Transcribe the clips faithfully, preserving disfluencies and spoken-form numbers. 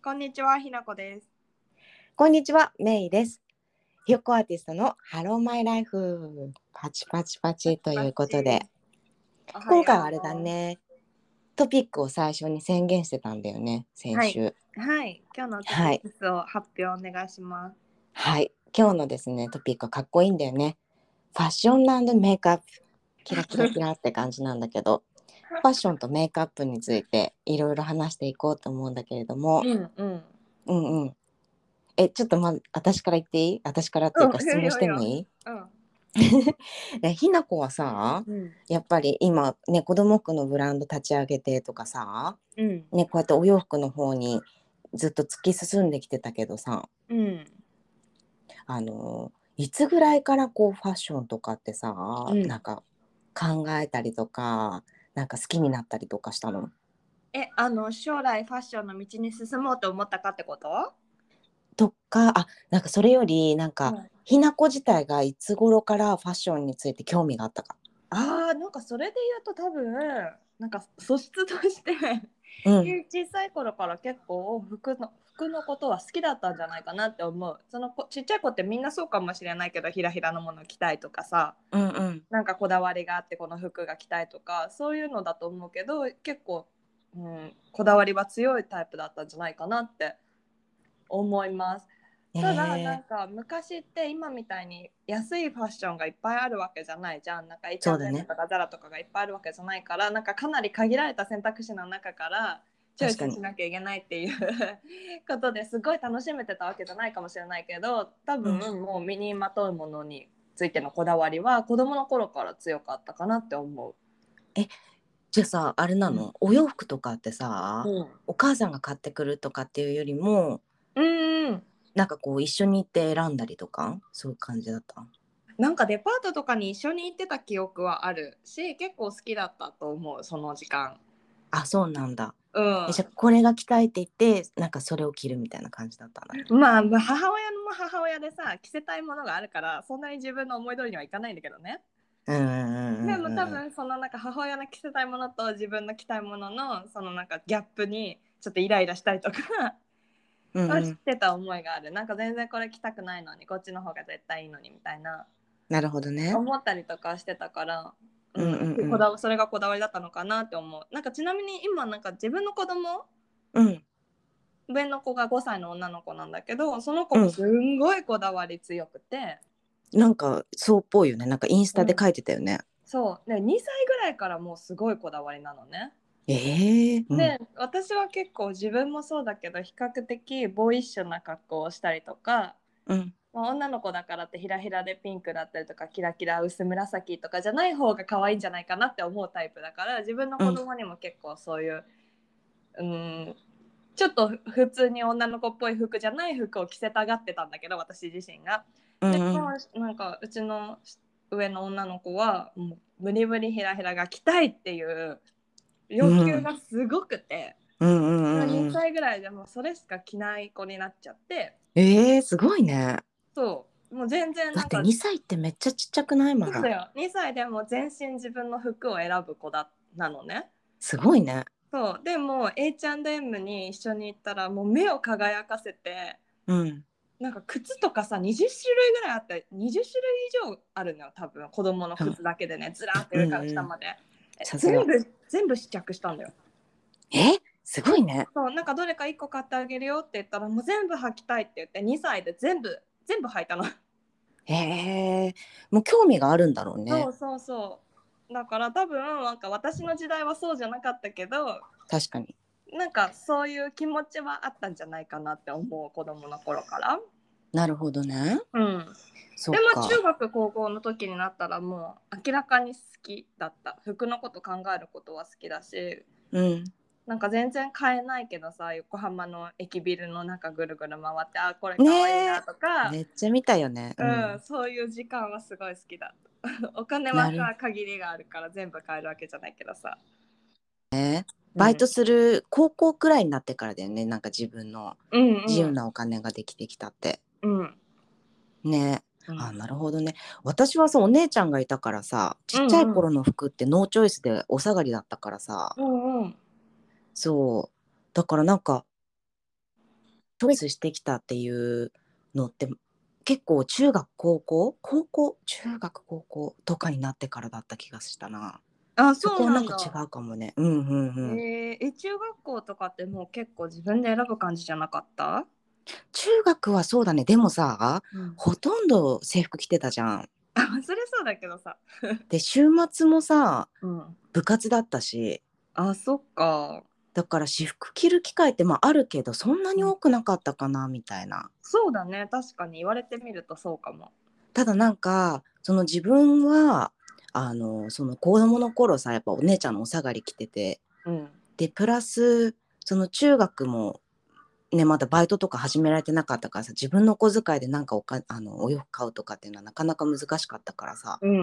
こんにちは、ひなこです。 こんにちは、メイです。ひよこアーティストのハローマイライフパチパチパパチチというこパチ。 とで、 おはよ今回はあれだね、トピックを最初に宣言してたんだよね、 う。はい。 先週。 はい。今日のトピはい。 ックスを発表お願いします。 はい。今日のですね、トピックはかっこいいんだよね。ファッション&メイクアップ。キラキラキラって感じなんだけど、ファッションとメイクアップについていろいろ話していこうと思うんだけれども、 うんうん。 うんうん。え、ちょっとまず、私から言っていい？私からっていうかうん、いい質問しよいいよ。 てもいい？ うん。 えひなこはさ、 うん。 やっぱり今ね、子供服のブランド立ち上げてとかさ、 うん。 ね、こうやってお洋服の方にずっと突き進んできてたけどさ、 うん。 あのいつぐらいからこうファッションとかってさ、 うん。 なんか考えたりとか、なんか好きになったりとかしたの？ え、あの、将来ファッションの道に進もうと思ったかってこと？ とか、あ、なんかそれよりなんかうん。 ひなこ自体がいつ頃からファッションについて興味があったか。 ああ、なんかそれで言うと多分、なんか素質としてうん、 小さい頃から結構服の服のことは好きだったんじゃないかなって思う。その子ちっちゃい子ってみんなそうかもしれないけど、ひらひらのもの着たいとかさ、 うんうん。 なんかこだわりがあってこの服が着たいとかそういうのだと思うけど、結構、うん、こだわりは強いタイプだったんじゃないかなって思います。 えただなんー、 か昔って今みたいに安いファッションがいっぱいあるわけじゃないじゃん。なんかそうだエイチアンドエムね。 とかザラとかがいっぱいあるわけじゃないから、なんかかなり限られた選択肢の中からチョイ確かに。 スしなきゃいけないっていうことですごい楽しめてたわけじゃないかもしれないけど、多うん。 分もう身にまとうものについてのこだわりは子供の頃から強かったかなって思う。 え、じゃあさ、あれなうんの？お洋服とかってさ、 うんお母さんが買ってくるとかっていうよりも、 うん。 なんかこう一緒に行って選んだりとか、そういう感じだった？ なんかデパートとかに一緒に行ってた記憶はあるし、結構好きだったと思う、その時間。 あ、そうなんだ。え、じゃうん。 あこれが着たいって言って、なんかそれを着るみたいな感じだったんだね。 まあ、母親も母親でさ、着せたいものがあるから、そんなに自分の思い通りにはいかないんだけどね。 うんうんでも多うんうん分、そのなんか母親の着せたいものと自分の着たいものの、そのなんかギャップにちょっとイライラしたりとかは知っうんうん。 てた思いがある。なんか全然これ着たくないのに、こっちの方が絶対いいのにみたいな。 なるほどね。 思ったりとかしてたから、ううんうん、 んうん。 こだわそれがこだわりだったのかなって思う。なんかちなみに今なんか自分の子供うん。 上の子がごさいの女の子なんだけど、その子うん。 もすんごいこだわり強くて、 なんかそうっぽいよね。なんかインスタでうん、 書いてたよね。 そうでにさいぐらいからもうすごいこだわりなのね。 ええー、うん。 で私は結構自分もそうだけど比較的ボーイッシュな格好をしたりとか、 うん。 まあ、女の子だからってひらひらでピンクだったりとかキラキラ薄紫とかじゃない方が可愛いんじゃないかなって思うタイプだから、自分のうん。 子供にも結構そういう、うん、ちょっと普通に女の子っぽい服じゃない服を着せたがってたんだけど、私自身が。 うんでもうん。 なんかうちの上の女の子はもうブリブリひらひらが着たいっていうう欲求んがすごくて、 うんうんうんうん。 にさいぐらいでもうそれしか着ない子になっちゃって、 ええー、すごいね。 そうもう全然だってなんか、 にさいってめっちゃちっちゃくない？まだ。 そうだよ、にさいでも全身自分の服を選ぶ子だなのね。 すごいね。 そうでも エイチアンドエム に一緒に行ったらもう目を輝かせて、 うん。 なんか靴とかさにじゅっ種類ぐらいあってにじゅっ種類以上あるのよ多分、子供のうん靴だけでね、ずらーってう上からんうん。 下までえさすが。 全部全部試着したんだよ。 え、すごいね。 そうなんかどれかいっこ買ってあげるよって言ったらもう全部履きたいって言ってにさいで全部全部履いたの。 へえ、もう興味があるんだろうね。 そうそうそう、だから多分なんか私の時代はそうじゃなかったけど、 確かに。 なんかそういう気持ちはあったんじゃないかなって思う、子供の頃から。 なるほどね。 うん。でもそっか。 中学高校の時になったらもう明らかに好きだった。服のこと考えることは好きだし、 うん。 なんか全然買えないけどさ、横浜の駅ビルの中ぐるぐる回って、あこれかわいいなねえ。 とか、 めっちゃ見たよね。ううん、 ん。 そういう時間はすごい好きだった。お金はなる。 さ限りがあるから全部買えるわけじゃないけどさ。うん、 バイトする高校くらいになってからだよね。なんか自分のうんうん自由なお金ができてきたって。 うんね。あ、 うんなるほどね。私はさ、お姉ちゃんがいたからさ、ちっちゃいうんうん頃の服ってノーチョイスでお下がりだったからさ、 うんうんそう。だからなんか、 チョイスしてきたっていうのって結構中学高校高校中学高校とかになってからだった気がしたな。 あ、 そそうこはなんか違なんだ。 うかもね。うんうんうん。 えー、え、中学校とかってもう結構自分で選ぶ感じじゃなかった？ 中学はそうだね。でもさ、 うん。 ほとんど制服着てたじゃん。 あ、それそうだけどさ。 で週末もさうん。 部活だったし、 あ、そっか。 だから私服着る機会ってまああるけどそんなにうん、 多くなかったかなみたいな。 そうだね。確かに言われてみるとそうかも。 ただなんかその自分はあのその子供の頃さやっぱお姉ちゃんのお下がり着てて、 うん。 でプラスその中学もねまだバイトとか始められてなかったからさ、自分のお小遣いでなんかおかあのお洋服買うとかっていうのはなかなか難しかったからさ、 うんうん。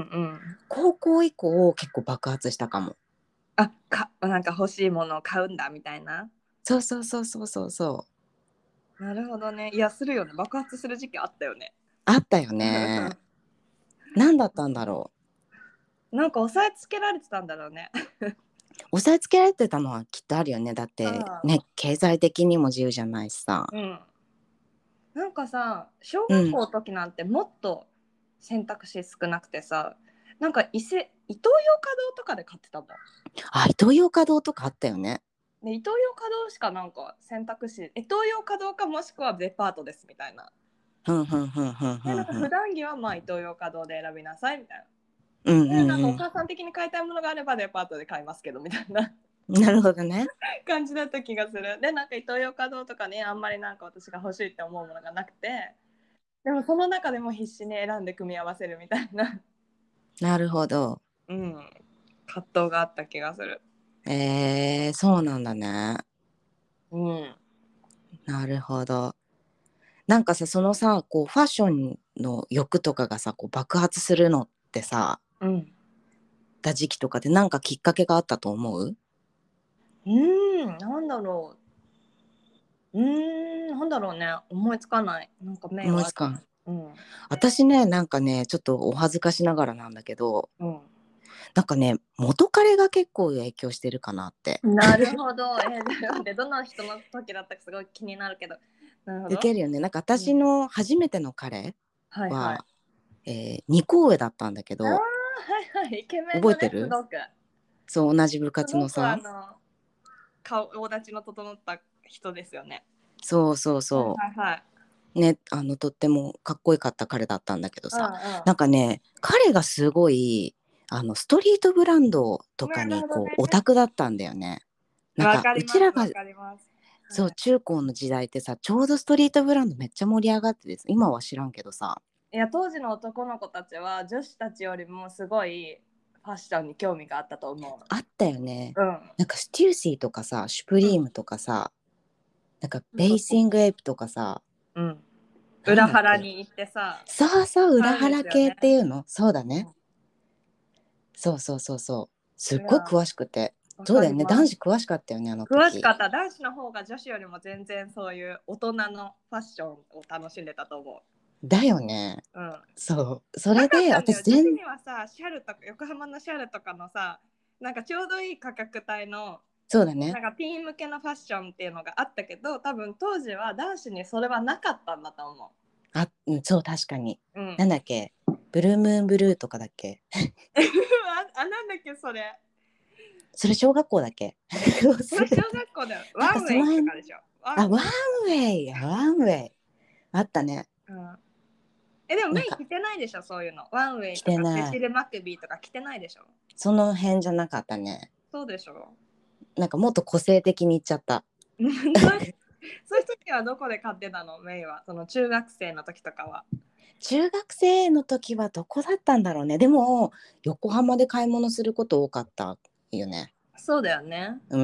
高校以降結構爆発したかも。 あ、か、なんか欲しいものを買うんだみたいな。 そうそうそうそうそうそう。 なるほどね。いや、するよね。爆発する時期あったよね。 あったよね。何だったんだろなんか押さえつけられてたんだろうね。 う。押さえつけられてたのはきっとあるよね。だってああ、 ね経済的にも自由じゃないしさ。 うん。なんかさ、小うん。 学校の時なんてもっと選択肢少なくてさ、なんか伊勢、イトーヨーカドーとかで買ってたもん。 あ、イトーヨーカドーとかあったよね。 で、イトーヨーカドーしかなんか選択肢、イトーヨーカドーかもしくはデパートですみたいな。 ふんふんふんふんふで、なんか普んふん。 段着はまあイトーヨーカドーで選びなさいみたいうんうな。で、なんかおん母さん的に買いたいものがあればデパートで買いますけどみたいなうん。なるほどね。 感じだった気がする。で、なんかイトーヨーカドーとかね、あんまりなんか私が欲しいって思うものがなくて、でもその中でも必死に選んで組み合わせるみたいな、 なるほど。 うん、葛藤があった気がする。 えー、そうなんだね。 うん。 なるほど。なんかさ、そのさ、こうファッションの欲とかがさ、こう爆発するのってさ、 うん。 た時期とかでなんかきっかけがあったと思う？ うーん、なんだろう。うーん、なんだろうね。思いつかない。なんか目は。 思いつかん。 うん。 私ね、なんかね、ちょっとお恥ずかしながらなんだけど、 うん。 なんかね、元彼が結構影響してるかなって。 なるほど。えー、で、どの人の時だったかすごい気になるけど。なるほど。 受けるよね。なんかうん、 私の初めての彼はいはい。 は、えー、にこ上だったんだけああ、 ど、 はいはい。イケメンのね、す覚えてる？ ごく。 そう同じ部すごくあ活のさ、 の、顔、大立ちの整った人ですよね。 そうそうはいそはいはい。 うね、あのとってもかっこよかった彼だったんだけどうんさ、なんかね彼がすごいあのストリートブランドとうん。なかにるほどね。 こうオタクだったんだよね。なんわかかります、 うちらがわかります。 そうはい。 中高の時代ってさちょうどストリートブランドめっちゃ盛り上がってです、今は知らんけどさ。 いや、当時の男の子たちは女子たちよりもすごいファッションに興味があったと思あったよね。 う。うん。 なんかステューシーとかさシュプうん。 リームとかさ、なんかベそうそう。 ーシングエイプとかさ、 うん。裏なんだっけ、 腹に行ってさ、 そうそう裏買うんで腹系すよね。 っていうの、そうだね。 うん。 そうそうそうそう、すっごいいや、 詳しくて。 わそうだよね、 かります。 男子詳しかったよねあの時。 詳しかった。男子の方が女子よりも全然そういう大人のファッションを楽しんでたと思だよね。 う。うん。 そうそなれでかったんだよ。 私全女子にはさ、シャルとか、横浜のシャルとかのさ、なんかちょうどいい価格帯の、 そうだね。 なんかティーン向けのファッションっていうのがあったけど、多分当時は男子にそれはなかったんだと思あ、うん、そう確かに。 う。うん。 なんだっけ、ブルームーンブルーとかだっけ。 あ、あ、なんだっけ、それ。 それ小学校だっけそれ小忘れた。 学校でなんかワンウェイとその辺、 かでしょ。ワン、 あワンウェイワンウェイあったね。 うん。え、でもなんかメイ着てないでしょ、そういうの。ワンウェイ着とか、 てない、 セシル・マクビーとか着てないでしょ。 その辺じゃなかったね。 そうでしょ。 なんかもっと個性的に言っちゃった。 そうそういう時はどこで買ってたの、メイは。その中学生の時とかは。 中学生の時はどこだったんだろうね。でも横浜で買い物すること多かったよね。 そうだよね。 うん、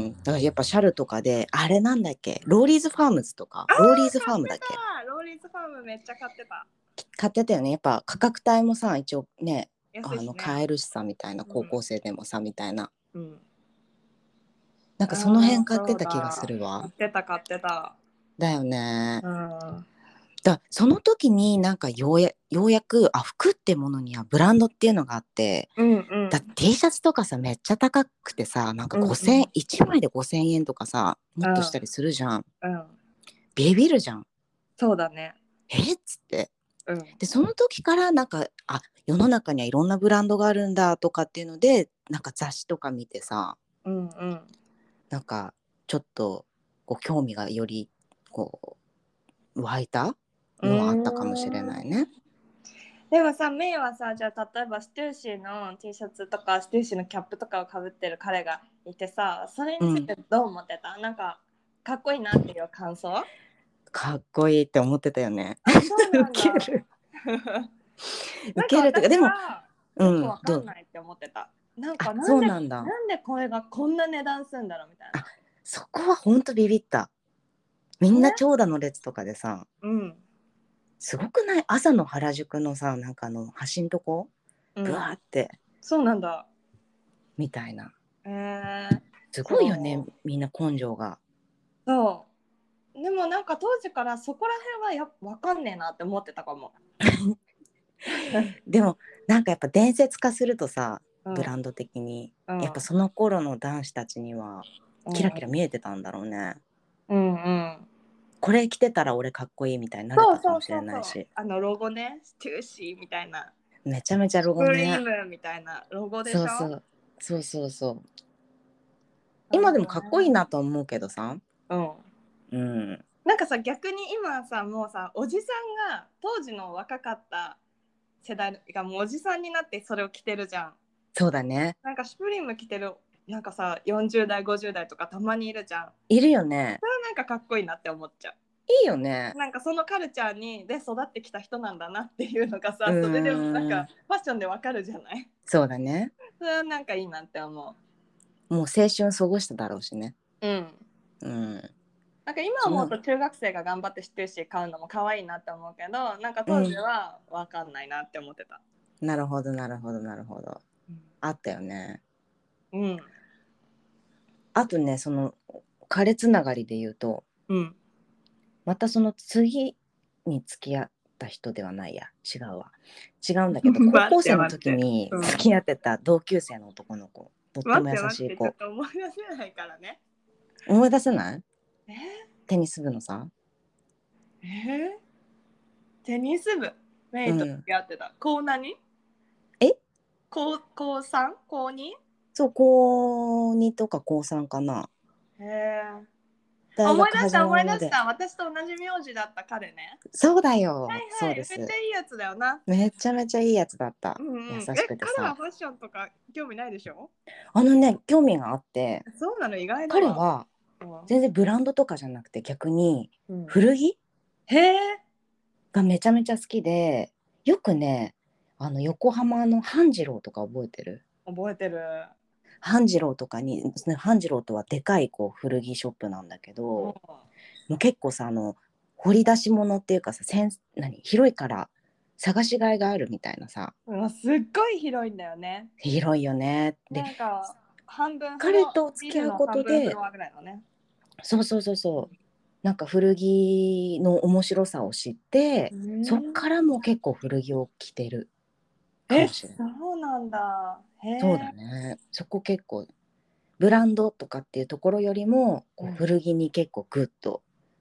だからやっぱシャルとかであれなんだっけ、ローリーズファームズとか、 ああ、 ローリーズフ買ってァームだっけ、 た。ローリーズファームめっちゃ買ってた。 買ってたよね。やっぱ価格帯もさ一応ね、あの安いしね。 買えるしさみたいな、 うん。 高校生でもさみたいな、 うん。 なんかそのああ、 辺買ってそうた気がすだ。 るわ。 買ってた、買ってた。 だよね。 うん。 だその時になんかようやようやくあ服ってものにはブランドっていうのがあって、 うんうん。 だ T シャツとかさめっちゃ高くてさ、なんかうんうごせんん。 いちまいでごせんえんとかさもうんっとしたりするじゃん。 うん。 ビビるじゃん。 そうだね。 えっつって。 うん。 でその時からなんかあ世の中にはいろんなブランドがあるんだとかっていうのでなんか雑誌とか見てさうんうん。 なんかちょっとこう興味がよりこう湧いたうのはあったかもしれーん。 ないね。 でもさ、メイはさ、じゃあ例えばステューシーの T シャツとかステューシーのキャップとかをかぶってる彼がいてさ、それについてどう思ってた？なんかかっこいいなっていう感想？ かっこいいって思ってたよね。 あ、そうウなんだ。 ケるウなんか私ケるってかでもはよくわうんどうかんないって思ってた。なんあかなんでそうなんだ。 なんでこれがこんな値段するんだろうみたいあな。 そこはほんとビビった。みんなね。 長蛇の列とかでさうん。 すごくない？朝の原宿のさなんかあの橋んとこブワうん。 ーってそうなんだ。 みたいなえー、 すごいよねそう。 みんな根性が。 そう。でもなんか当時からそこら辺はやわかんねえなって思ってたかも。 でもなんかやっぱ伝説化するとさうん。 ブランド的にうん。 やっぱその頃の男子たちにはうんキラキラ見えてたんだろうね。 うんうん。 これ着てたら俺かっこいいみたいになれそうたかもしれそうそうそう。 ないしあのロゴね、ステューシーみたいな、 めちゃめちゃロスプリーゴね。 ムみたいなロゴでしょ。 そうそうそうそうそう今でもなるほどね。 かっこいいなと思うけどさうん。 うんなんかさ、逆に今さ、もうさ、おじさんが当時の若かった世代がもうおじさんになってそれを着てるじゃん。 そうだねなんかシュプリーム着てるなんかさ、よんじゅう代ごじゅう代とかたまにいるじゃん。 いるよね。 それはなんかかっこいいなって思っちゃいいよね。 う。なんかそのカルチャーにで育ってきた人なんだなっていうのがうさ、それでなんーんかファッションでわかるじゃない。 そうだね。 それはなんかいいなって思もう青春過ごしただろうしね。 う。うん。 うんなんか今思うそのと中学生が頑張ってシュテューシー買うのも可愛いなって思うけど、なんか当時うんはわかんないなって思ってた。 なるほどなるほどなるほどうん。 あったよね。 うんあとねその彼つながりで言うとうんまたその次に付き合った人ではないや違うわ違うんだけど高待っ校生のて待って、 時にうん、 付き合ってた同級生の男の子とっても優待って待しい子ってちょっと思い出せないからね。 思い出せない？ えテニス部のさー、えー、テニス部メイと付うんき合ってた。高何？ え高高 さん？ 高 に？ そう高にとか高さんかなへえ。 大学始思い出した思まるまでい出した。私と同じ名字だった彼ね。 そうだはいよそうはい、めっちですゃいいやつだよな。 めちゃめちゃいいやつだったうんうん。 優しえ、 くてさ彼はファッションとか興味ないでしょ？ あのね興味があってそうなの、意外だわ。 彼はうん、 全然ブランドとかじゃなくて逆にうん、 古着へえ。 がめちゃめちゃ好きでよくねあの横浜の半次郎とか覚えてる？ 覚えてる。 半次郎とかに半次郎とはでかいこう古着ショップなんだけうん、 どもう結構さあの掘り出し物っていうかさセンス何広いから探しがいがあるみたいなさうん、すっごい広いんだよね。 広いよねでなんか半分その彼と付ビき合うルの半ことで分フロアぐらいのね。 そうそうそうそうなんか古着の面白さを知ってうそっん。 からも結構古着を着てるかえ、 もしれない。 そうなんだ。へそうだえ。 ねそこ結構ブランドとかっていうところよりもこううん、 古着に結構グッと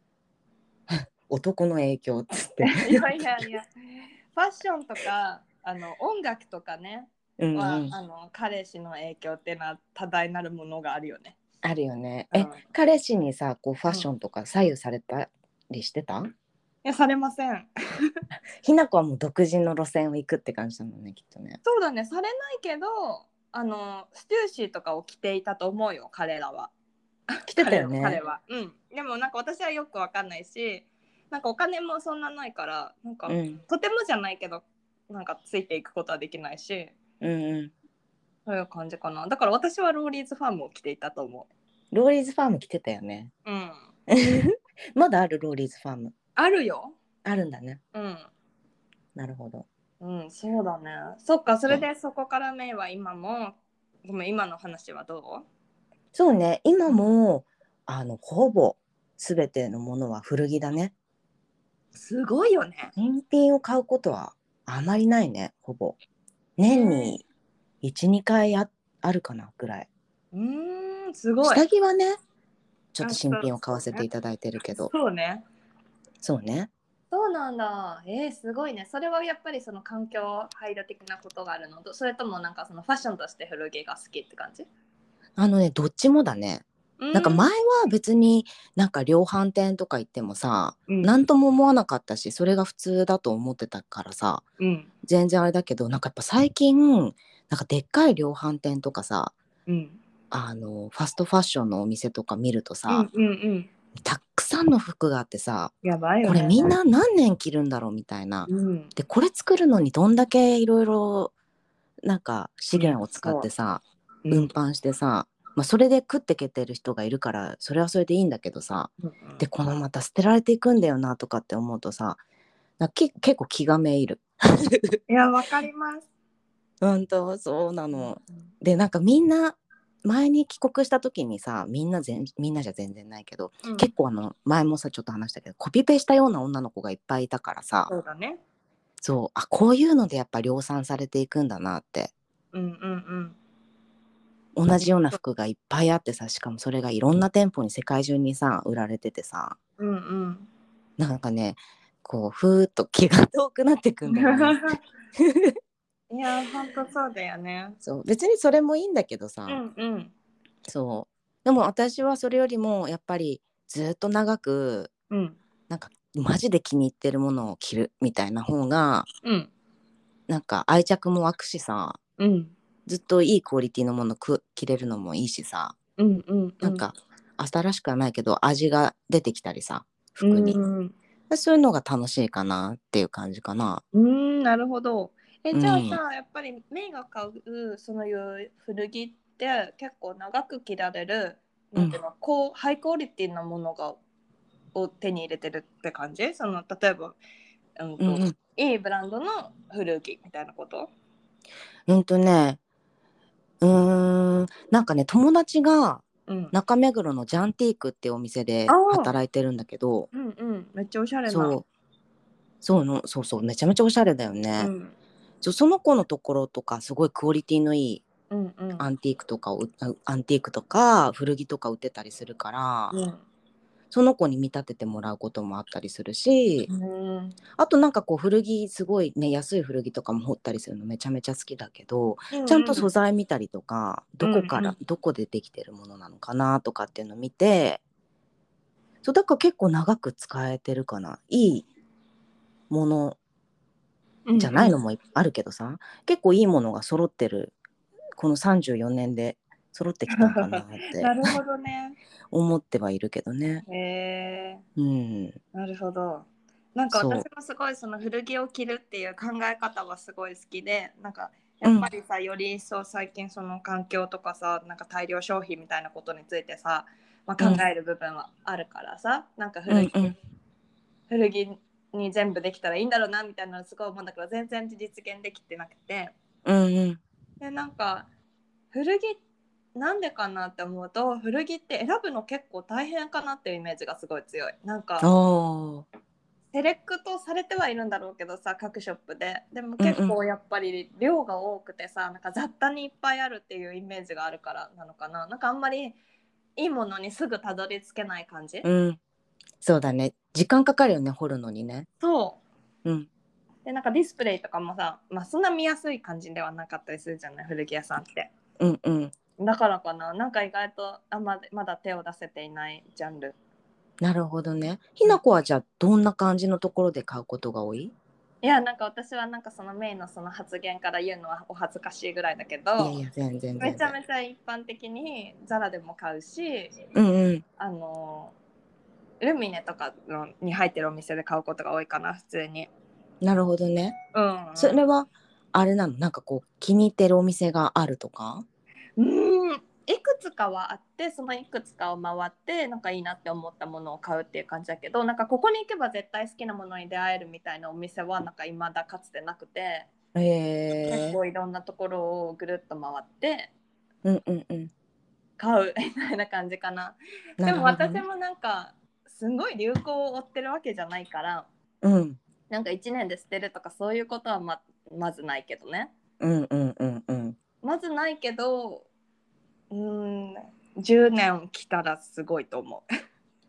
男の影響っつっていやいやいや、ファッションとかあの音楽とかねうんうんはあの彼氏の影響っていうのは多大なるものがあるよね。 あるよね。えうん。 彼氏にさこうファッうん。 ションとか左右されたりしてた？ いや、されません。 ひな子はもう独自の路線を行くって感じなのねきっとね。 そうだね、されないけど、あのステューシーとかを着ていたと思うよ、彼らは。 来てた彼よね。 彼は。うん。でもなんか私はよくわかんないし、なんかお金もそんなないから、なんかうんとてもじゃないけど、なんかついていくことはできないし、 うんうんそういう感じかな。だから私はローリーズファームを着ていたと思ローリーズファーム来てたよね。 う。うん。 まだあるローリーズファームあるよ。 あるんだね。 うん。 なるほど。 うん、そうだね。そっか、それそうでそこからメイは今も、ごめん、今の話はどそうね今う？うん、 もあのほぼ全てのものは古着だね。 すごいよね。 新品を買うことはあまりないねほぼ。 へ年え。 にいち、にかい あ, あるかなぐらい。 うーん、すごい。 下着はねちょっとあ、そう新品を買わそうね。 せていただいてるけどそうね。 そうね。 そうなんだ。えー、すごいね。それはやっぱりその環境配慮的なことがあるのと、それともなんかそのファッションとして古着が好きって感じ？ あのね、どっちもだね。 うん。 なんか前は別になんか量販店とか行ってもさ、 うん。 なんとも思わなかったし、それが普通だと思ってたからさ、 うん。 全然あれだけど、なんかやっぱ最近、なんかでっかい量販店とかさ、 うん。 あの、ファストファッションのお店とか見るとさ、 うんうんうん。 たくさんの服があってさ、 やばいよね。 これみんな何年着るんだろうみたいな。 うん。 で、これ作るのにどんだけいろいろなんか資いや、 源を使っそてさ、 う。うん。 運搬してさ、まあ、それで食ってけてる人がいるからそれはそれでいいんだけどさ、 うんでこのまた捨てられていくんだよなとかって思うとさ、なんかけ結構気がめいる。 いや、わかります。 本当そうなうんの。でなんかみんな前に帰国した時にさ、みんな全みんなじゃ全然ないけど、 うん。 結構あの前もさちょっと話したけどコピペしたような女の子がいっぱいいたからさ、 そうだね。 そうあこういうのでやっぱ量産されていくんだなって。 うんうん同じような服がいっぱいあってさ、しかもそれがいろんな店舗に世界中にさ売られててさ、 うん。うんうん。 なんかねこうふーっと気が遠くなってくんだよね。 いや、ほんとそうだよね。 そう別にそれもいいんだけどうさ、 んうん。 そうでも私はそれよりもやっぱりずっと長くうん。 なんかマジで気に入ってるものを着るみたいな方がうん。 なんか愛着も湧くしさ、 うん。 ずっといいクオリティのものく着れるのもいいしさ、 うんうんうん。 なんか新しくはないけど味が出てきたりさう服に、 ん。 そういうのが楽しいかなっていう感じかな。 うーん、なるほど。え、じゃあうん、 さ、やっぱりメイが買う、そのいう古着って結構長く着られる、 うん、 なんていうの、こう、ハイクオリティなものがを手に入れてるって感じ？その、例えば、うんと、 うんうんいいブランドの古着みたいなこと？ うんとねうーんなんかね友達がうん。 中目黒のジャンティークっていうお店あであ、 働いてるんだけど、 うんうん、めっちゃおしゃれな。 そうそうのそうそうめちゃめちゃおしゃれだよね。 うん、 そその子のところとかすごいクオリティのいいうんうん、 アンティークとかをアンティークとか古着とか売ってたりするから、 うん。 その子に見立ててもらうこともあったりするし、 うん、 あとなんかこう古着すごいね安い古着とかも掘ったりするのめちゃめちゃ好きだけど、 うん、 ちゃんとうん、 素材見たりとかうん、 どこかうん、 らどこでできてるものなのかなとかっていうのを見て、そうだから結構長く使えてるかな。いいものうん、 じゃないのもあるけどさ、結構いいものが揃ってる、このさんじゅうよねんで揃ってきたんかなってなるほどね。 思ってはいるけどね。 へえ。 うん、 なるほど。なんか私そもすごいその古着を着るっていう考え方はすごい好きで、なんかやう、うん、 っぱりさ、より一層最近その環境とかさ、なんか大量消費みたいなことについてさ、まあ、考うん、 える部分はあるからさ、なんか古着、 うん、うん、 古着に全部できたらいいんだろうなみたいなのすごい思うんだけど、全然実現できてなくて。 うん、うん、 で、なんか古着なんでかなって思うと、古着って選ぶの結構大変かなっていうイメージがすごい強い。なんかおー、 セレクトされてはいるんだろうけどさ、各ショップででもうん、うん、 結構やっぱり量が多くてさ、なんか雑多にいっぱいあるっていうイメージがあるからなのかな。なんかあんまりいいものにすぐたどり着けない感じ。 うん、そうだね。時間かかるよね、掘るのにね。 そうん、 うで、なんかディスプレイとかもさ、まあ、そんな見やすい感じではなかったりするじゃない、古着屋さんって。 うん、うん。 だからかな、なんか意外とあままだ手を出せていないジャンル。 なるほどね。ひなこはじゃあどんな感じのところで買うことが多い？ いや、なんか私はなんかそのメイのその発言から言うのはお恥ずかしいぐらいだけど、 いやいや、全然めちゃ全然。 めちゃ一般的にザラでも買うし、 うんうん。 あのルミネとかのに入ってるお店で買うことが多いかな、普通に。 なるほどね。 うんそれはあれなの、なんかこう気に入ってるお店があるとか？ うんうん。いくつかはあって、そのいくつかを回ってなんかいいなって思ったものを買うっていう感じだけど、なんかここに行けば絶対好きなものに出会えるみたいなお店はなんか未だかつてなくて、 へ結え。 構いろんなところをぐるっと回ってうんうんうん。 買うみたいな感じかな。 なでもるほどね。 私もなんかすごい流行を追ってるわけじゃないから、 うん。 なんかいちねんで捨てるとかそういうことは ま, まずないけどね。 うんうんうんうん。 まずないけど、うーんじゅうねん来たらすごいと思う。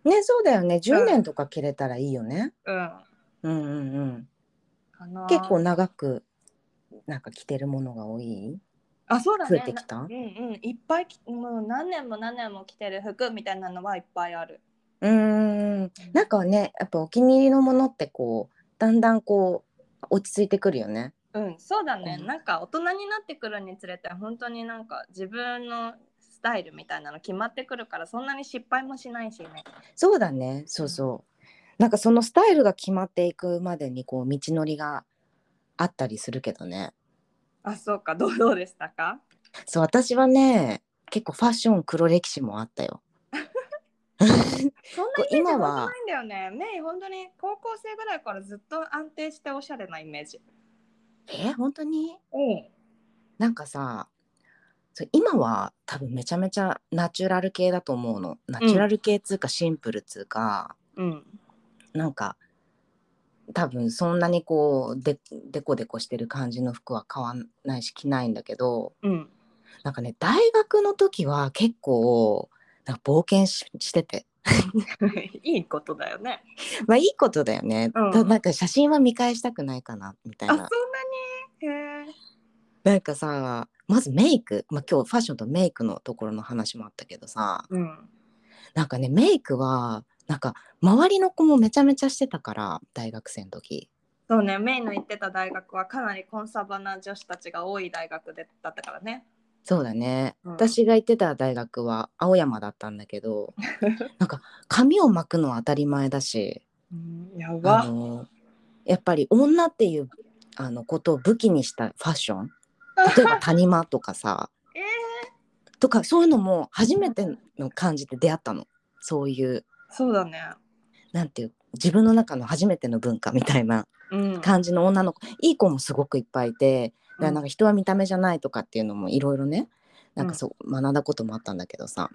ね、そうだよね。10 うん年とか着れたらいいよね。 うんうんうんうん。 かな。 結構長くなんか着てるものが多い？ あ、そうだ増えね。なてきた？ うんうん。いっぱいき、もう何年も何年も着てる服みたいなのはいっぱいある。 うーん。なんかね、やっぱお気に入りのものってこうだんだんこう落ち着いてくるよね。 うん、そうだね。 こうなんか大人になってくるにつれて本当になんか自分のスタイルみたいなの決まってくるからそんなに失敗もしないしね。 そうだね。そうそう。なんかそのスタイルが決まっていくまでにこう道のりがあったりするけどね。 あ、そうか。どうどうでしたか？ そう、私はね、結構ファッション黒歴史もあったよ。 そんなこうイメージ本当な今は、 いんだよね。メイ本当に高校生ぐらいからずっと安定しておしゃれなイメージ。 え、本当にうん。 なんかさ、そう今は多分めちゃめちゃナチュラル系だと思うの。ナチュラうん。 ル系っつうかシンプルっつうか、 うん。 なんか多分そんなにこうでデコデコしてる感じの服は買わないし着ないんだけど、 うん。 なんかね、大学の時は結構なんか冒険 し, してていいことだよね。 まあいいことだよね。 うん。 ただなんか写真は見返したくないかなみたいあ、そんな。 なに。へえ。 なんかさ、まずメイク、まあ、今日ファッションとメイクのところの話もあったけどさ、 うん。 なんかね、メイクはなんか周りの子もめちゃめちゃしてたから、大学生の時。 そうね、メイの行ってた大学はかなりコンサバな女子たちが多い大学でだったからね。 そうだね。 うん。 私が行ってた大学は青山だったんだけど、なんか髪を巻くのは当たり前だし、 うん、やあば。 のやっぱり女っていうあのことを武器にしたファッション、例えば谷間とかさ、 えー、 とかそういうのも初めての感じで出会ったの。そういうそうだね。 なんていう自分の中の初めての文化みたいなうん。 感じの女の子、いい子もすごくいっぱいいて、だからなんかうん。 人は見た目じゃないとかっていうのもいろいろね、なんかうん。 そう学んだこともあったんだけどさ、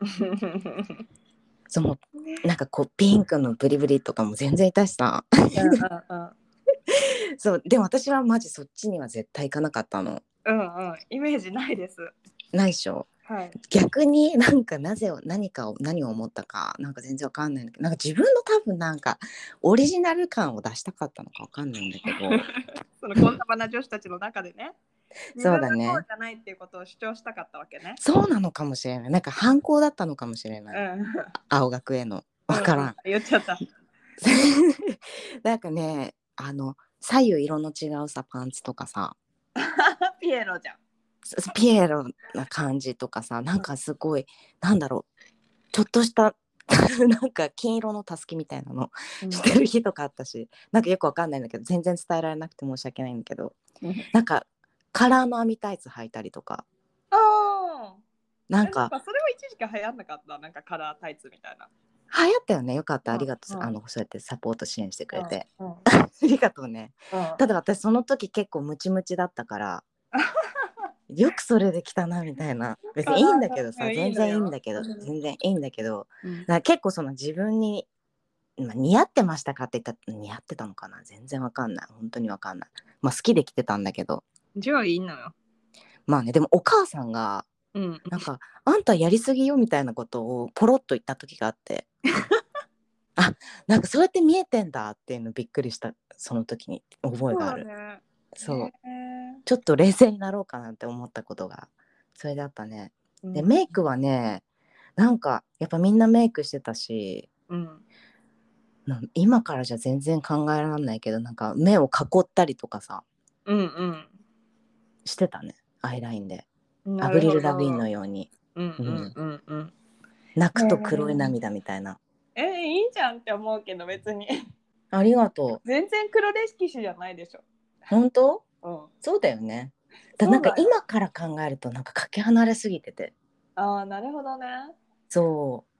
そのなんかこうピンクのブリブリとかも全然いたしさうんうんそうでも私はマジそっちには絶対行かなかったの。 うんうん。イメージないです。 ないっしょ。 はい。 逆になんかなぜを何かを何を思ったかなんか全然わかんないんだけど、なんか自分の多分なんかオリジナル感を出したかったのかわかんないんだけどそのコンサバな女子たちの中でね、自分はこうそうだね、 じゃないっていうことを主張したかったわけね。 そうなのかもしれない。なんか反抗だったのかもしれない。 うん。 青学への。 うんうん。 わからん。 言っちゃった。 なんかね、あの、左右色の違うさ、パンツとかさ、 ピエロじゃん。 ピエロな感じとかさ、なんかすごい、なんだろう、ちょっとしたなんか金色のたすきみたいなのうん。 してる日とかあったし、なんかよくわかんないんだけど、全然伝えられなくて申し訳ないんだけど、なんかカラーの網タイツ履いたりとか、 ああ。え、なんなんかかそれは一時期流行んなかった。なんかカラータイツみたいな。 流行ったよね。よかった。ありがとう。 うんうんあの、そうやってサポート支援してくれて。 うんうんありがとうね。 うん。 ただ私その時結構ムチムチだったから、よくそれできたなみたいな。別にいいんだけどさ、 カラーがいい全然いいんのよ。 だけど、 うん全然いいんだけど、 うん。 だから結構その自分に、まあ、似合ってましたかって言ったら似合ってたのかな、全然わかんない。本当にわかんない。まあ好きで着てたんだけど、 じゃあいいのよ。 まあね、でもお母さんが、 うん。 なんか、あんたやりすぎよみたいなことをポロッと言った時があって、あ、なんかそうやって見えてんだっていうのびっくりした、その時に覚えそうがある。 だね。 そう。 へえ。 ちょっと冷静になろうかなって思ったことがそれだったね。で、 うん。 メイクはね、なんかやっぱみんなメイクしてたし、 うん。 なん今からじゃ全然考えられないけど、なんか目を囲ったりとかさ、 うんしてたね。アイラインで。 うん。なアブリル・るほど。 ラビーンのように。 うんうん。 うんうんうん。 泣くと黒いへ涙みたいな。 え。え、いいじゃんって思うけど別に。 ありがとう。 全然黒歴史じゃないでしょ。 本当？ うん。 そうだよね。だなんかそうだよ。 今から考えるとなんかかけ離れすぎてて。 ああ、なるほどね。 そうん。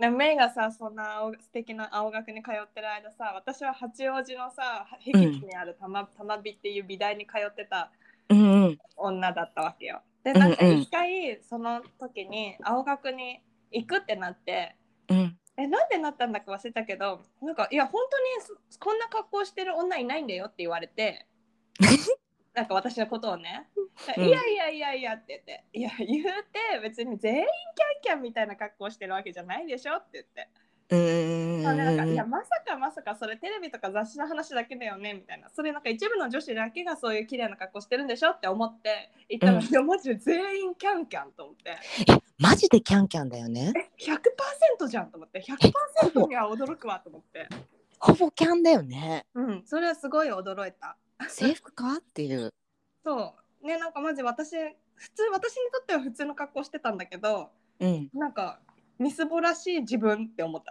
でもメイがさ、そんな青素敵な青学に通ってる間さ、私は八王子のさ、 う。う僻地ん。 にあるたまたまびっていう美大に通ってたうんうん。 女だったわけよ。で、 うんなんか一うん。 回その時に青学に行くってなって、 うん。 え、なんでなったんだか忘れたけど、なんかいや本当にこんな格好してる女いないんだよって言われて、なんか私のことをね、 うん。 いやいやいやいやって言って、いや言うて別に全員キャンキャンみたいな格好してるわけじゃないでしょって言って。 うまあね、なんかいーん。 やまさかまさかそれテレビとか雑誌の話だけだよねみたいな、それなんか一部の女子だけがそういう綺麗な格好してるんでしょって思って言ったら、 うん。 いやマジで全員キャンキャンと思って、 え、マジでキャンキャンだよね。 え ひゃくパーセント じゃんと思って、 え、ほひゃくパーセントぼ、 には驚くわと思って、 ほぼキャンだよね。 うん、それはすごい驚いた。 制服かっていう。 そうね、なんかマジ私普通私にとっては普通の格好してたんだけど、 うん。 なんかみすぼらしい自分って思った。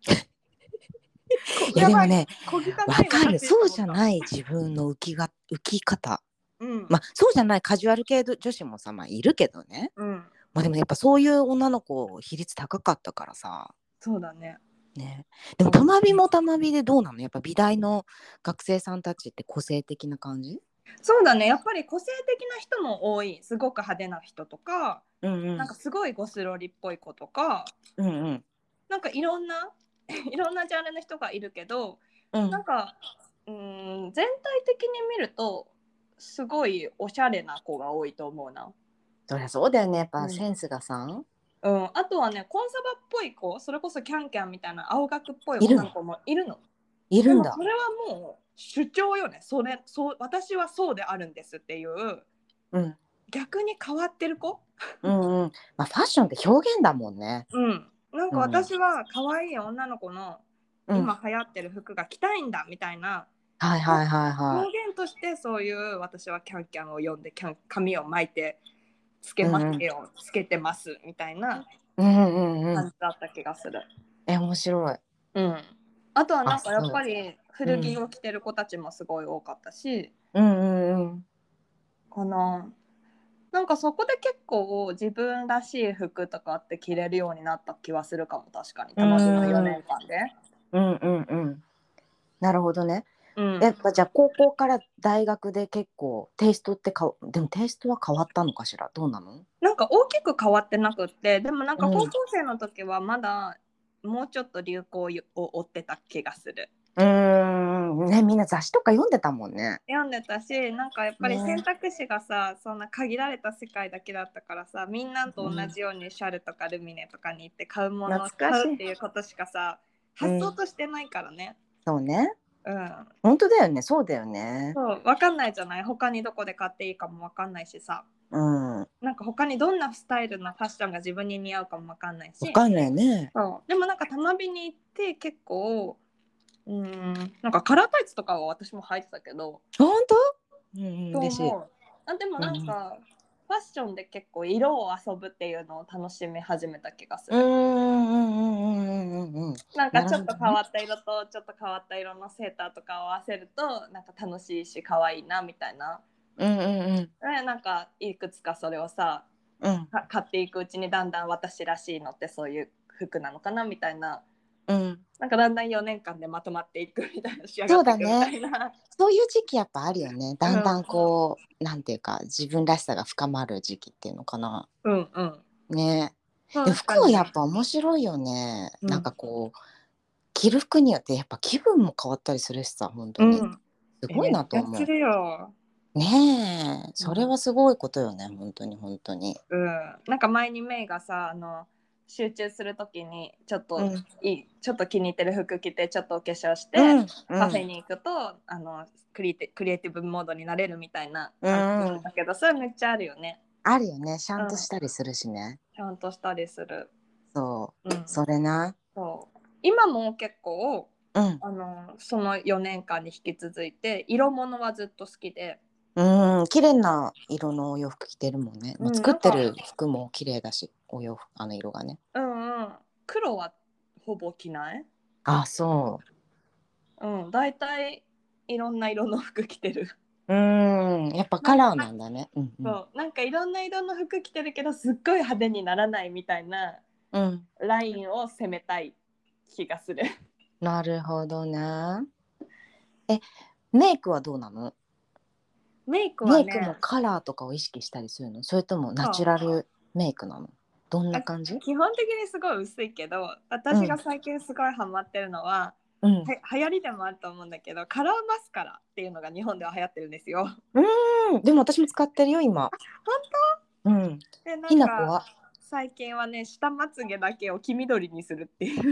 こいややばい、 でもね、 小汚いわかる。そう私と思った。 じゃない自分の浮きが浮き方。 うんまあそうじゃないカジュアル系女子もさ、まあいるけどね。 うん、 まあでもやっぱそういう女の子比率高かったからさ。 そうだね。 ね。でもたまびもたまびでどうなの？やっぱ美大の学生さんたちって個性的な感じ？ そうだね、やっぱり個性的な人も多い。すごく派手な人とか、 うんうんなんかすごいゴスロリっぽい子とか、 うんうんなんかいろんないろんなジャンルの人がいるけど、 うんなんかうーん全体的に見るとすごいおしゃれな子が多いと思うな。 そりゃそうだよね。やっうん、 ぱセンスがさんうん、あとはね、コンサバっぽい子、それこそキャンキャンみたいな青学っぽいいるの？ 女の子もいるの。 いるんだ。 でもそれはもう主張よね。それそう私はそうであるんですっていう、 うん逆に変わってる子。 うんうん。まあファッションって表現だもんね。 うん、なんかうん私は可愛い女の子のうん。 今流行ってる服が着たいんだみたいなはいはいはいは表現として、そういう私はキャンキャンを読んでキャン髪を巻いてつけい。うまんうんすよ、つけてますみたいなうんうんうん。 感じだった気がする。 え、面白い。 うん、あとはなあ、 んかやっそう。 ぱりうん。 古着を着てる子たちもすごい多かったし、 うんうんうん。 かな、なんかそこで結構自分らしい服とかって着れるようになった気はするかも。確かにうたまびの4 んうん年間で。 うんうん。なるほどね。 うん、 やっぱじゃあ高校から大学で結構テイストってかでもテイストは変わったのかしら？どうなの？ なんか大きく変わってなくって、でもなんか高うん。 校生の時はまだもうちょっと流行を追ってた気がする。 うーんね、みんな雑誌とか読んでたもんね。 読んでたし、なんかやっぱり選ね。 択肢がさ、そんな限られた世界だけだったからさ、みんなと同うん、 じようにシャルとかルミネとかに行って買うものを懐かしい。 買うっていうことしかさ、発想うん、 としてないからね。 そうね。 うん。 本当だよね。そうだよね。 そう、わかんないじゃない。他にどこで買っていいかもわかんないしさ。 うん。わなんか他にどんなスタイルのファッションが自分に似合うかもわかんないし。 かんないね。 そう。でもなんかたまびに行って結構、うーん、なんかカラータイツとかは私も履いてたけど、 本当？うんうん、 と嬉しい。 思う。あ、でもうん。 なんか、ファッションで結構色を遊ぶっていうのを楽しみ始めた気がすうんうる。 んうんうんうんうんうん。 なんかなるちょっと変ほどね。 わった色とちょっと変わった色のセーターとかを合わせるとなんか楽しいし可愛いなみたいな。 うんうんうんでなんかいくつかそれをさ、 うん買っていくうちにだんだん私らしいのってそういう服なのかなみたいな。 うん。 なんかだんだんよねんかんでまとまっていくみたいな、仕上がそうっていくみただね。 いな。 そういう時期やっぱあるよね。 うん、 だんだんこうなんていうか自分らしさが深まる時期っていうのかな。 うんうん。 ね。でも確かに。 服はやっぱ面白いよね。なんうん。 かこう着る服によってやっぱ気分も変わったりするしさ、本当にうん。え、 すごいめっちなと思ゃするよ。 う。ねえ、それうん。 はすごいことよね、本当に本当に。 うん。なんか前にメイがさ、あの、集中するときにちょっとうんいい、ちょっと気に入ってる服着て、ちょっとお化粧しうて、 んうんカフェに行くと、あの、クリエイテクリエイティブモードになれるみたいなう話してん。 たけど、それめっちゃあるよね。 あるよね、ちゃんとうん。 したりするしね。 ちゃんとしたりする。 そううん。 それな。 そう。今も結構、 うんあの、そのよねんかんに引き続いて、色物はずっと好きで、 うん、綺麗な色のお洋服着てるもんね。 うん、 まあ、作なんか、 ってる服も綺麗だし、お洋服あの色がね。 うんうん、黒はほぼ着ない。 あ、そうん、大体いろんな色の服着てる。 う。うん、やっぱなんか、 カラーなんだね。うんうん。 そう、なんかいろんな色の服着てるけど、すっごい派手にならないみたいなうん、 ラインを攻めたい気がする。 なるほどな。え、メイクはどうなの？ メイクはメイクもね、 カラーとかを意識したりするの？それともナチュそうラルメイクなの？どんなあ感じ？ 基本的にすごい薄いけど、私がうん最近すごいハマってるのは、 うんは流行りでもあると思うんだけど、カラーマスカラっていうのが日本では流行ってるんですよ。 うーん、でも私も使ってるよ今。 本うん。 当で、なひんかなこは？ 最近はね、下まつげだけを黄緑にするっていう。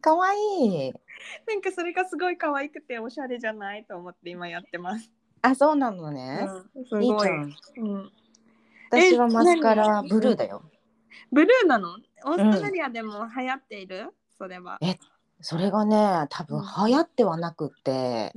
かわいい。 なんかそれがすごい可愛くておしゃれじゃないと思って今やってます。 あ、そうなのね。 うん、すごい。 いいじゃん。 うん、え、 私はマスカラ何、うん、 ブルーだよ。 ブルーなの？オーストラうん。 リアでも流行っているそれは。 え、それがね、多分うん、 流行ってはなくって、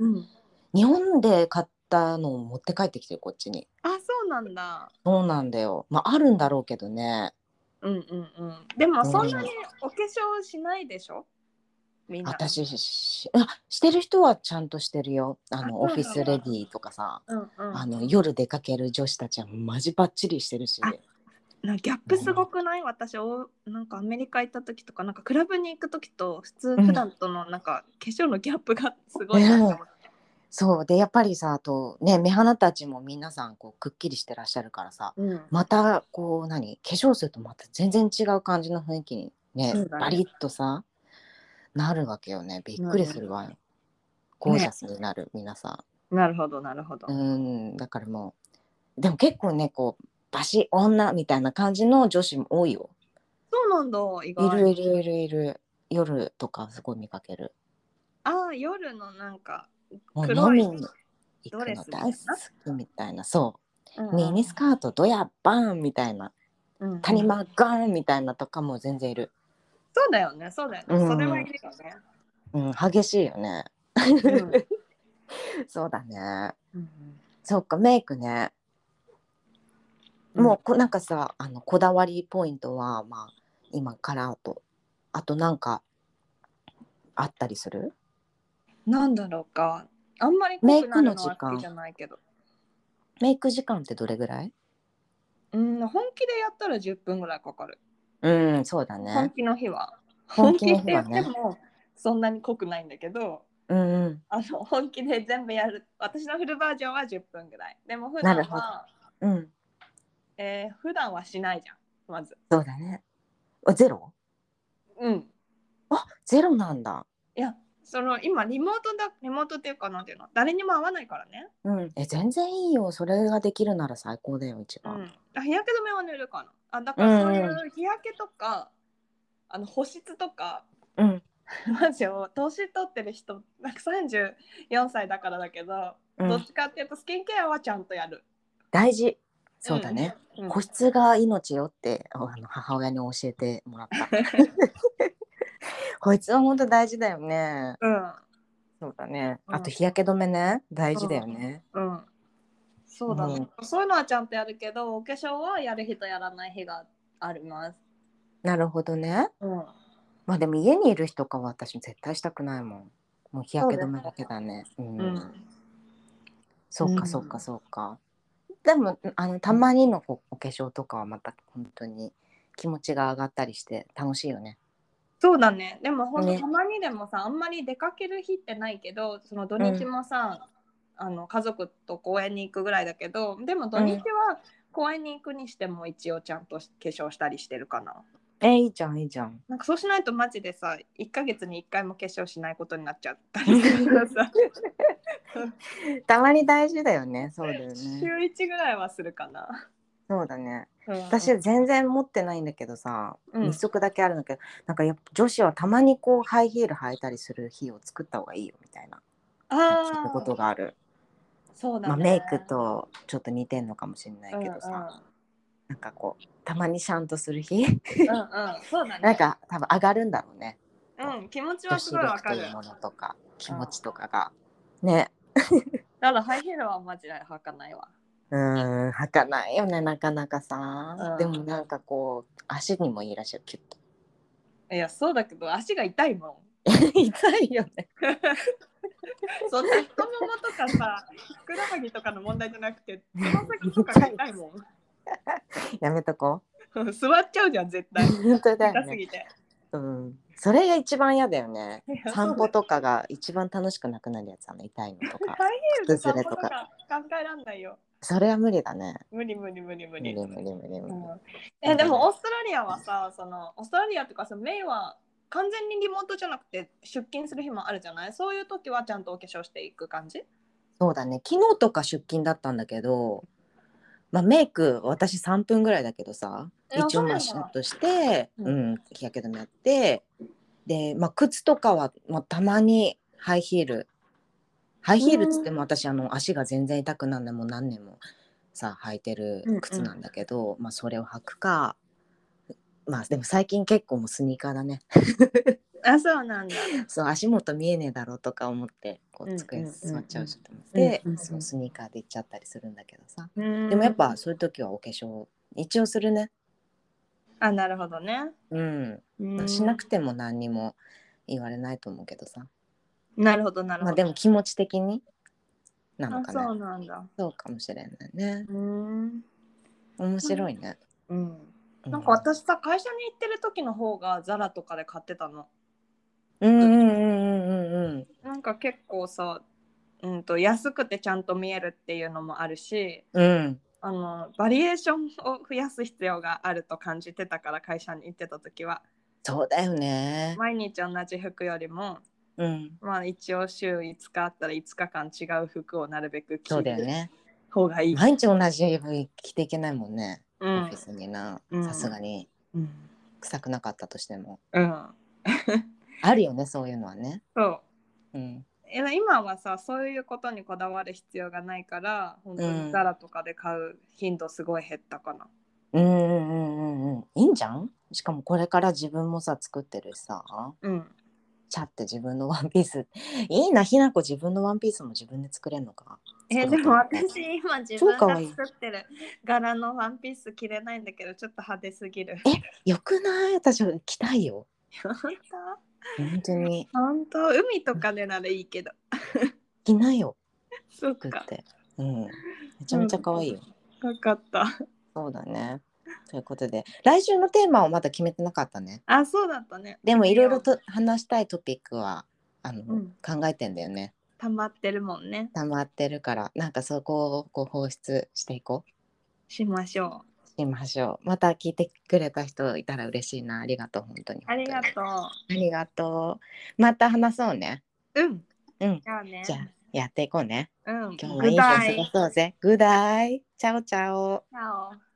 うん、 日本で買ったのを持って帰ってきてる、こっちに。 あ、そうなんだ。 そうなんだよ。まあ、あるんだろうけどね。 うんうんうん。でもうん。 そんなにお化粧しないでしょみんな。 私し、あ、してる人はちゃんとしてるよ。ああ、 の、オそうフィスレデなんだ。 ィとかさ、 うんうん。 あの、夜出かける女子たちはマジバッチリしてるあ、 し。 なギャップすごくない？私おなんかアメリカ行った時とかなんかクラブに行く時と普通うん。 普段とのなんか化粧のギャップがすごいなとうん。 思って。 そうでやっぱりさ、あとね、目鼻たちも皆さんこうくっきりしてらっしゃるからさ、 うん。 またこう何化粧するとまた全然違う感じの雰囲気にね、 そうだね。 バリッとさなるわけよね。びっくりなるするわよ。ゴージね。 ャスになる皆さなるほどなるほん。 ど。 うんだからもうでも結構ねこうバシ女みたいな感じの女子も多いよ。 そうなんだ、意い外。 るいるいるいる。夜とかすごい見かける。 ああ、夜のなんかもう飲黒いみに行ドレスみくの大好たいな。 きみたいな。そうんうミニスカートドヤバーンみたいな、 うんうんうん。 谷間ガーンみたいなとかも全然いる。 そうだよね、そうだよね。それはいうん、 るよね。 うん、激しいよね。 うん。 そうだね。 うんそっか、メイクね。 うん。 もうこなんかさ、あのこだわりポイントはまあ今カラーとあとなんかあったりする？ なんだろうか。あんまり濃くなるメイクののは好きじ時間、 ゃないけど。 メイク時間ってどれぐらい？ うん、本気でやったらじゅっぷんぐらいかかる。 うん、そうだね。 本気の日は。 本気の本気って言日はね。 ってもそんなに濃くないんだけど、 うんうん。 あの本気で全部やる。私のフルバージョンはじゅっぷんぐらい。でも普なるほど。 段は、 うん、 えー、普段はしないじゃん、まず。 そうだね。あゼロ？ うん。 あ、ゼロなんだ。 いや、その今リモートだ、リモートっていうかなんていうの、誰にも会わないからね。 うん、え、全然いいよ。それができるなら最高だよ、一番。 うん。あ、日焼け止めは塗るかな。あ、だうからそういんうんう日焼けとか、あの保湿とか、 うん。 マジよ、年取ってる人、なんかさんじゅうよんさいだからだけど、 うん、 どっちかっていうとスキンケアはちゃんとやる。 大事。 うん。 そうだね。 うん。 保湿が命よってあの母親に教えてもらった。保湿は本当大事だよね。 うん。 そうだね。 うん。 あと日焼け止めね、大事だようん。 ね。 うん。そうだね。 うん、 そういうのはちゃんとやるけど、お化粧はやる日とやらない日があります。 なるほどね。 うん。 まあでも家にいる日とかは私絶対したくないもん。もう日そうですね。 焼け止めだけだね。ううん。 ん。 そうかそうかうん。 そうか。でもあのたまにのおお化粧とかはまた本当に気持ちが上がったりして楽しいよね。 そうだね。でも本当ね。 たまにでもさ、あんまり出かける日ってないけど、その土日うん。 もさ、あの家族と公園に行くぐらいだけど、でも土日うん。 は公園に行くにしても一応ちゃんと化粧したりしてるかな。 えいいじゃんいいじゃん。 なんかそうしないとマジでさ、いっかげつにいっかいも化粧しないことになっちゃったりするからさ、 たまに大事だよね。そうだよね。 週いちぐらいはするかな。 そうだね。 うん私は全然持ってないんだけどさ、 うん。うん。 一足だけあるんだけど、なんかやっぱ女子はたまにこうハイヒール履いたりする日を作った方がいいよみたいな聞いたこああ、 とがある。まあそうだね。 メイクとちょっと似てんのかもしれなうんうん。 いけどさ、なんかこうたまにシャンとする日うんうん。そうだね。 なんか多分上がるんだろうね。 うん、気持ち女はすごい子力とわかる。 いうものとか気持ちうん。 とかがね。 だからハイヒールはマジで履かないわ。 うーん履かないよねなかなかさ。でもうなんかこう足にもいいらしいよキュッと。 ん。いや、そうだけど足が痛いもん。 痛いよね。 そんな太ももとかさ、ふくらはぎとかの問題じゃなくて、つま先とかが痛いもん。 やめとこ座っちゃうじゃん、絶う。 対。 本当だよね。 痛すぎて。 うん。それが一番嫌だよね。 いや、そうだよ。 散歩とかが一番楽しくなくなるやつあの痛いのとかハイヒールで靴ずれとか。 散歩とか考えらんないよ。 それは無理だね。 無理無理無理無理。 無理無理無理無理。 うん、え、でもオーストラリアはさ、そのオーストラリアとかさ、メイは完全にリモートじゃなくて出勤する日もあるじゃない？そういう時はちゃんとお化粧していく感じ？ そうだね。昨日とか出勤だったんだけど、まあ、メイク私さんぷんぐらいだけどさ、 いや、 一応まあそうなんだ。 シャッとして、 うんうん、日焼け止めやってで、まあ、靴とかは、まあ、たまにハイヒールハイヒールっつっても私あの足が全然痛くなんでもう何年もさ履いてるうん靴なんだけど、まあ、それを履くか、まあでも最近結構もうスニーカーだね。 あ、そうなんだ。 そう足元見えねえだろうとか思ってこううん机に座っちゃうしと思っうんうんて、 うんうんそうスニーカーで行っちゃったりするんだけどさ、 うんでもやっぱそういう時はお化粧一応するね。 あ、なるほどね。 うん、まあ、しなうん。 くても何にも言われないと思うけどさ、 なるほどなるまあほど。 でも気持ち的になのあ、 かね。 そうなんだ。 そうかもしれないね。 うん。 面白いね。 うん。 うんなんか私さ、会社に行ってる時の方がザラとかで買ってたの。 うんうんうんうんうんなんか結構さ、うんと安くてちゃんと見えるっていうのもあるし、 うんあのバリエーションを増やす必要があると感じてたから、会社に行ってた時はそうだよね。 毎日同じ服よりも、 うんまあ一応週いつかあったらいつかかん違う服をなるべくそう着るだよね。 方がいい。 毎日同じ服着ていけないもんね、 うんオフィスにな。 うんさすがにうん臭くなかったとしてもうんあるよね、そういうのはね。 そう。 うんえ今はさ、そういうことにこだわる必要がないから、本当にザラとかで買う頻度すごい減ったかな。 うんうんうんうんうん、いいんじゃん。しかもこれから自分もさ作ってるしさ、 うんチャって自分のワンピースいいな。ひなこ自分のワンピースも自分で作れるのか。 えでも私今自分が超かわいい。 作ってる柄のワンピース着れないんだけど、ちょっと派手すぎる。 え、よくない？私は着たいよ。 本本当に当本当海とかでならいいけど。 着ないよ。 そっか。 作って。うん。めちゃめちゃうん、 可愛いよ。 分かった。 そうだね。ということで、来週のテーマはまだ決めてなかったね。 あ、そうだったね。 でもいろいろと話したいトピックはあの、 うん、 考えてんだよね。 溜まってるもんね。 溜まってるから、なんかそこをこう放出していこう。 しましょう。 しましょう。また聞いてくれた人いたら嬉しいな。ありがとう、本当に。 ありがとありがとう。また話そうね。 う。うん。 うん。 じゃあね。 じゃあやっていこうね。 うん。 今日もいい日を過ごそうぜ。グッダイ。チャオチャオ。 チャオ。